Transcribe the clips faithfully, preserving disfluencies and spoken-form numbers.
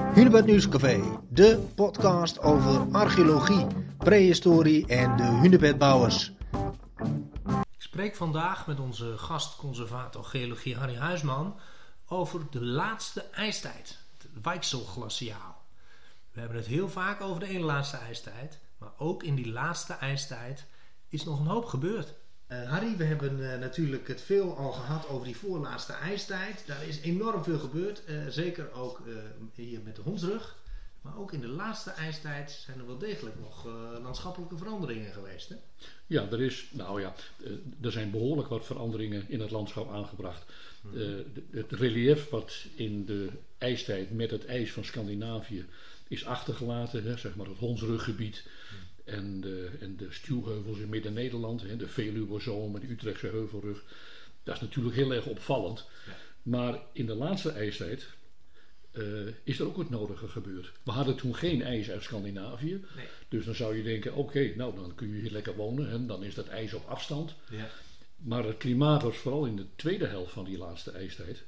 Hunebed Nieuwscafé, de podcast over archeologie, prehistorie en de hunebedbouwers. Ik spreek vandaag met onze gastconservator geologie Harry Huisman over de laatste ijstijd, het Weichselglaciaal. We hebben het heel vaak over de ene laatste ijstijd, maar ook in die laatste ijstijd is nog een hoop gebeurd. Uh, Harry, we hebben uh, natuurlijk het veel al gehad over die voorlaatste ijstijd. Daar is enorm veel gebeurd, uh, zeker ook uh, hier met de hondsrug. Maar ook in de laatste ijstijd zijn er wel degelijk nog uh, landschappelijke veranderingen geweest, hè? Ja, er is, nou ja, uh, er zijn behoorlijk wat veranderingen in het landschap aangebracht. Uh, de, het reliëf wat in de ijstijd met het ijs van Scandinavië is achtergelaten, hè, zeg maar het hondsruggebied. En de, en de stuwheuvels in Midden-Nederland, hè, de Veluwezoom en de Utrechtse heuvelrug. Dat is natuurlijk heel erg opvallend. Ja. Maar in de laatste ijstijd uh, is er ook het nodige gebeurd. We hadden toen geen ijs uit Scandinavië. Nee. Dus dan zou je denken, oké, okay, nou dan kun je hier lekker wonen. En dan is dat ijs op afstand. Ja. Maar het klimaat was vooral in de tweede helft van die laatste ijstijd.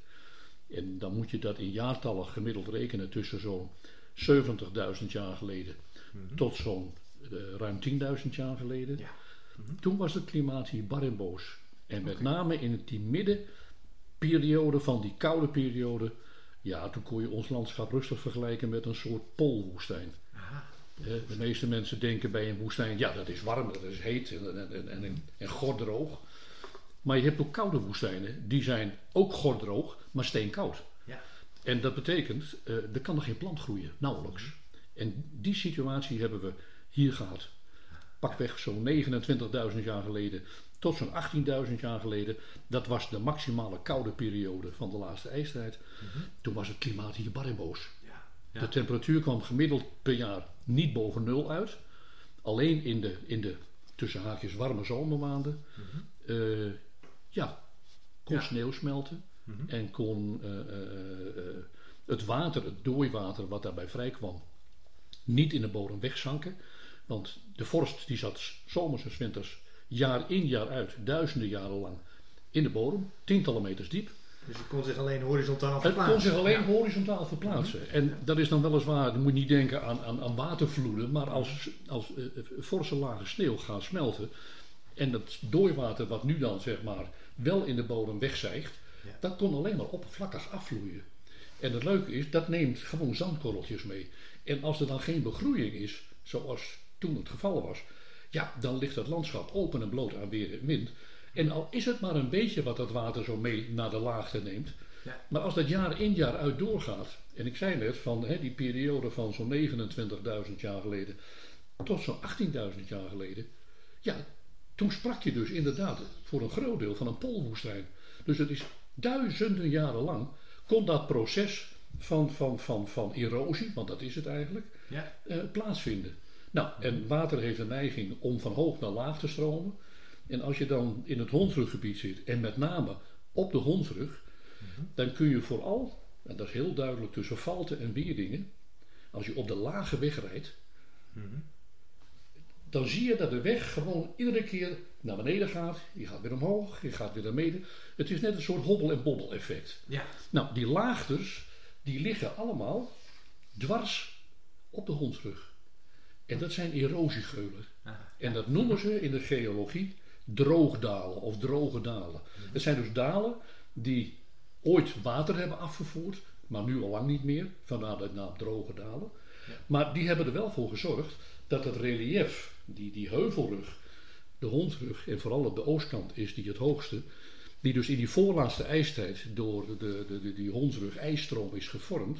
En dan moet je dat in jaartallen gemiddeld rekenen tussen zo'n zeventigduizend jaar geleden mm-hmm. tot zo'n Uh, ruim tienduizend jaar geleden. Ja. Mm-hmm. Toen was het klimaat hier bar en boos. En met okay. name in die middenperiode van die koude periode, ja, toen kon je ons landschap rustig vergelijken met een soort poolwoestijn. Aha. Uh, de meeste mensen denken bij een woestijn, ja, dat is warm, dat is heet en, en, en, en, en gordroog. Maar je hebt ook koude woestijnen, die zijn ook gordroog, maar steenkoud. Ja. En dat betekent, uh, er kan er geen plant groeien, nauwelijks. Mm-hmm. En die situatie hebben we hier gehad. Pakweg zo'n negenentwintigduizend jaar geleden tot zo'n achttienduizend jaar geleden. Dat was de maximale koude periode van de laatste ijstijd. Mm-hmm. Toen was het klimaat hier bar en boos. Ja, ja. De temperatuur kwam gemiddeld per jaar niet boven nul uit. Alleen in de, in de tussen haakjes warme zomermaanden mm-hmm. uh, ja, kon ja. sneeuw smelten. Mm-hmm. En kon uh, uh, uh, het water, het dooiwater wat daarbij vrijkwam, niet in de bodem wegzanken. Want de vorst die zat zomers en winters jaar in jaar uit, duizenden jaren lang in de bodem, tientallen meters diep. Dus het kon zich alleen horizontaal verplaatsen. Het kon zich alleen ja. horizontaal verplaatsen. Mm-hmm. En ja. dat is dan weliswaar, je moet niet denken aan, aan, aan watervloeden, maar als, als uh, forse lage sneeuw gaat smelten en dat dooiwater wat nu dan zeg maar wel in de bodem wegzijgt, ja. dat kon alleen maar oppervlakkig afvloeien. En het leuke is, dat neemt gewoon zandkorreltjes mee. En als er dan geen begroeiing is, zoals toen het geval was, ja, dan ligt het landschap open en bloot aan weer en wind. En al is het maar een beetje wat dat water zo mee naar de laagte neemt, ja. maar als dat jaar in jaar uit doorgaat, en ik zei net van hè, die periode van zo'n negenentwintigduizend jaar geleden tot zo'n achttienduizend jaar geleden, ja, toen sprak je dus inderdaad voor een groot deel van een poolwoestijn. Dus het is duizenden jaren lang kon dat proces van, van, van, van erosie, want dat is het eigenlijk, ja. uh, plaatsvinden. Nou, en water heeft een neiging om van hoog naar laag te stromen. En als je dan in het hondsruggebied zit, en met name op de hondsrug, mm-hmm. dan kun je vooral, en dat is heel duidelijk tussen Valten en Wierdingen, als je op de lage weg rijdt, mm-hmm. dan zie je dat de weg gewoon iedere keer naar beneden gaat. Je gaat weer omhoog, je gaat weer naar beneden. Het is net een soort hobbel- en bobbel effect. Ja. Nou, die laagtes, die liggen allemaal dwars op de hondsrug. En dat zijn erosiegeulen. Ah, ja. En dat noemen ze in de geologie droogdalen of droge dalen. Mm-hmm. Het zijn dus dalen die ooit water hebben afgevoerd, maar nu al lang niet meer, vandaar de naam droge dalen. Ja. Maar die hebben er wel voor gezorgd dat het reliëf, die, die heuvelrug, de hondsrug en vooral op de oostkant is die het hoogste, die dus in die voorlaatste ijstijd door de, de, de, de, die hondsrug ijsstroom is gevormd,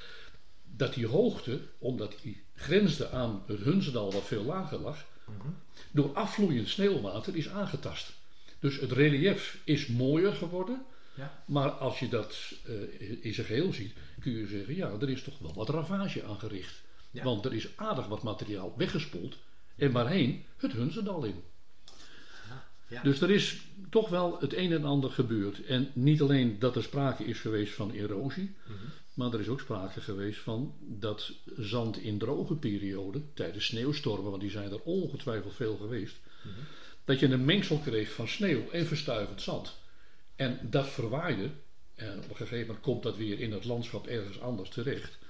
dat die hoogte, omdat die grensde aan het Hunsendal wat veel lager lag, mm-hmm. door afvloeiend sneeuwwater is aangetast. Dus het reliëf is mooier geworden, ja. maar als je dat uh, in zijn geheel ziet, kun je zeggen, ja, er is toch wel wat ravage aangericht. Ja. Want er is aardig wat materiaal weggespoeld en waarheen? Het Hunsendal in. Ja. Ja. Dus er is toch wel het een en ander gebeurd. En niet alleen dat er sprake is geweest van erosie, mm-hmm. maar er is ook sprake geweest van dat zand in droge perioden, tijdens sneeuwstormen, want die zijn er ongetwijfeld veel geweest, mm-hmm. dat je een mengsel kreeg van sneeuw en verstuivend zand. En dat verwaaide, en op een gegeven moment komt dat weer in het landschap ergens anders terecht. Ja.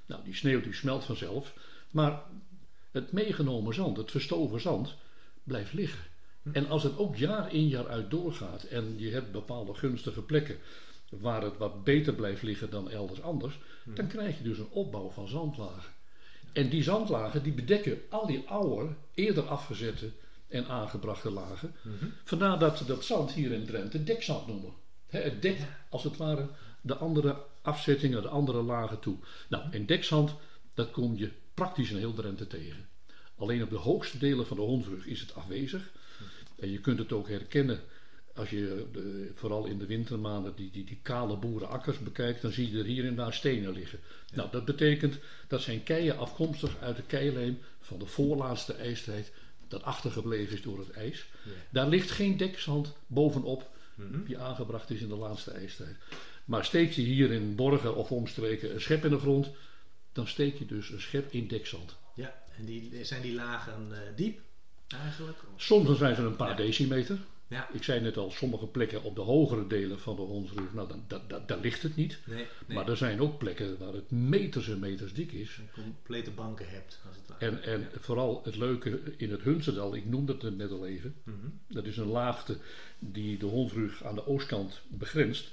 Nou, die sneeuw die smelt vanzelf. Maar het meegenomen zand, het verstoven zand, blijft liggen. En als het ook jaar in jaar uit doorgaat en je hebt bepaalde gunstige plekken waar het wat beter blijft liggen dan elders anders, dan krijg je dus een opbouw van zandlagen. En die zandlagen die bedekken al die oude, eerder afgezette en aangebrachte lagen. Mm-hmm. Vandaar dat ze dat zand hier in Drenthe dekzand noemen. He, het dekt als het ware de andere afzettingen, de andere lagen toe. Nou, en dekzand, dat kom je praktisch in heel Drenthe tegen. Alleen op de hoogste delen van de Hondsrug is het afwezig. En je kunt het ook herkennen als je de, vooral in de wintermaanden die, die, die kale boerenakkers bekijkt, dan zie je er hier en daar stenen liggen. Ja. Nou, dat betekent dat zijn keien afkomstig uit de keileem van de voorlaatste ijstijd dat achtergebleven is door het ijs. Ja. Daar ligt geen dekzand bovenop mm-hmm. die aangebracht is in de laatste ijstijd. Maar steek je hier in Borgen of omstreken een schep in de grond, dan steek je dus een schep in dekzand. Ja, en die, zijn die lagen uh, diep eigenlijk? Soms zijn ze een paar ja. decimeter. Ja. Ik zei net al, sommige plekken op de hogere delen van de Hondsrug, nou, dan, da, da, daar ligt het niet. Nee, nee. Maar er zijn ook plekken waar het meters en meters dik is. Je complete banken hebt. Als het en en ja. vooral het leuke in het Hunsendal, ik noemde het net al even. Mm-hmm. Dat is een laagte die de Hondsrug aan de oostkant begrenst.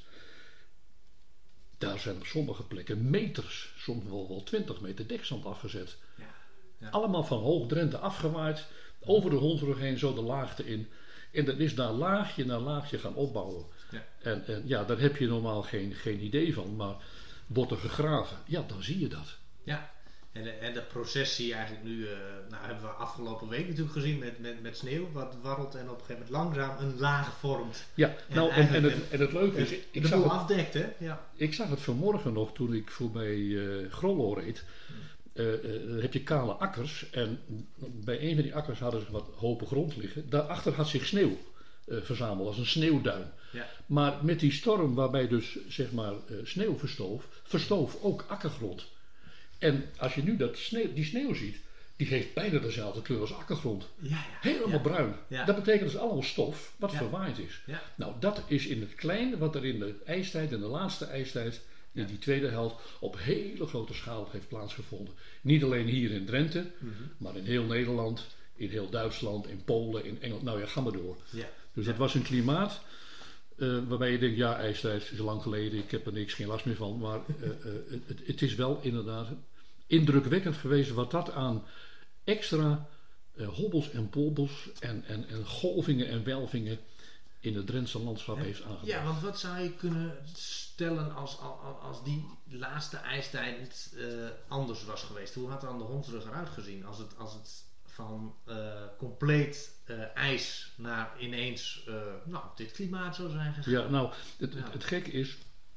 Daar zijn op sommige plekken meters, soms wel wel twintig meter dekzand afgezet. Ja. Ja. Allemaal van Hoog-Drenthe afgewaaid, over de Hondsrug heen, zo de laagte in. En dat is daar laagje na laagje gaan opbouwen. Ja. En, en ja, daar heb je normaal geen, geen idee van. Maar wordt er gegraven, ja, dan zie je dat. Ja, en, en dat proces zie je eigenlijk nu, uh, nou hebben we afgelopen week natuurlijk gezien met, met, met sneeuw. Wat warrelt en op een gegeven moment langzaam een laag vormt. Ja, nou en, en, het, en het leuke is, ik ik de zag boel het, afdekt, hè? Ja. Ik zag het vanmorgen nog toen ik voorbij uh, Grollo reed. Uh, uh, heb je kale akkers en bij een van die akkers hadden ze wat hopen grond liggen. Daarachter had zich sneeuw uh, verzameld als een sneeuwduin. Ja. Maar met die storm waarbij dus zeg maar uh, sneeuw verstoof, verstoof ook akkergrond. En als je nu dat sneeuw, die sneeuw ziet, die heeft bijna dezelfde kleur als akkergrond. Ja, ja, Helemaal ja. bruin. Ja. Dat betekent dus allemaal stof wat ja. verwaaid is. Ja. Nou, dat is in het klein wat er in de ijstijd, in de laatste ijstijd, in ja. die tweede helft op hele grote schaal heeft plaatsgevonden. Niet alleen hier in Drenthe, mm-hmm. maar in heel Nederland, in heel Duitsland, in Polen, in Engeland. Nou ja, ga maar door. Ja. Dus ja. dat was een klimaat uh, waarbij je denkt, ja, ijstijd is lang geleden, ik heb er niks, geen last meer van. Maar uh, uh, het, het is wel inderdaad indrukwekkend geweest wat dat aan extra uh, hobbels en polbels en, en, en golvingen en welvingen in het Drentse landschap ja. heeft aangebracht. Ja, want wat zou je kunnen stellen als, als, als die laatste ijstijd uh, anders was geweest? Hoe had dan de Hondsrug eruit gezien als het, als het van uh, compleet uh, ijs naar ineens uh, nou, dit klimaat zou zijn gegaan? Ja, nou, het, ja. het, het gekke is,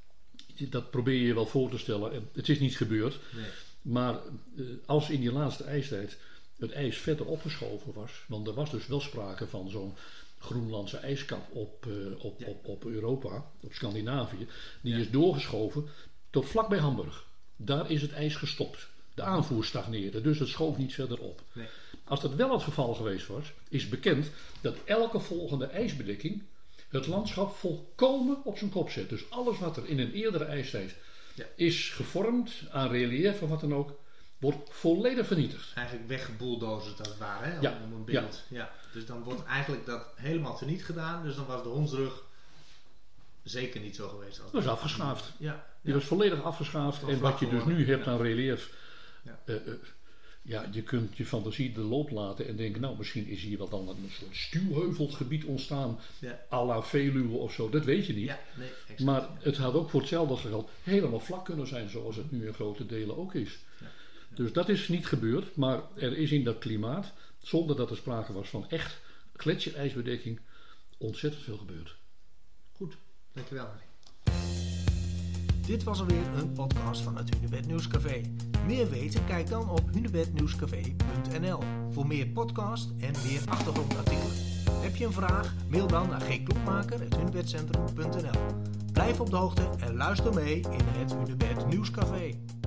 dat probeer je je wel voor te stellen. Het is niet gebeurd. Nee. Maar uh, als in die laatste ijstijd het ijs verder opgeschoven was, want er was dus wel sprake van zo'n Groenlandse ijskap op, uh, op, ja. op, op Europa, op Scandinavië, die ja. is doorgeschoven tot vlak bij Hamburg. Daar is het ijs gestopt. De aanvoer stagneerde, dus het schoof niet verder op. Nee. Als dat wel het geval geweest was, is bekend dat elke volgende ijsbedekking het landschap volkomen op zijn kop zet. Dus alles wat er in een eerdere ijstijd ja. is gevormd, aan reliëf of wat dan ook, wordt volledig vernietigd. Eigenlijk weggebulldozerd als het ware, hè? Ja. Om een beeld. Ja. Ja. Dus dan wordt eigenlijk dat helemaal teniet gedaan. Dus dan was de Hondsrug zeker niet zo geweest. Als dat was afgeschaafd. Ja. Die ja. was volledig afgeschaafd. En wat je dus nu hebt ja. aan reliëf, ja. Uh, uh, ja, je kunt je fantasie de loop laten en denken, nou misschien is hier wel dan een soort stuwheuvelgebied ontstaan, ja. à la Veluwe of zo, dat weet je niet. Ja, nee, exact, maar ja. het had ook voor hetzelfde geld helemaal vlak kunnen zijn, zoals het nu in grote delen ook is. Ja. Ja. Dus dat is niet gebeurd, maar er is in dat klimaat, zonder dat er sprake was van echt gletsjerijsbedekking, ontzettend veel gebeurd. Goed, dankjewel. Dit was alweer een podcast van het Hunebed Nieuwscafé. Meer weten? Kijk dan op hunebednieuwscafé punt n l voor meer podcast en meer achtergrondartikelen. Heb je een vraag? Mail dan naar g klokmaker apenstaartje hunebedcentrum punt n l. Blijf op de hoogte en luister mee in het Hunebed Nieuwscafé.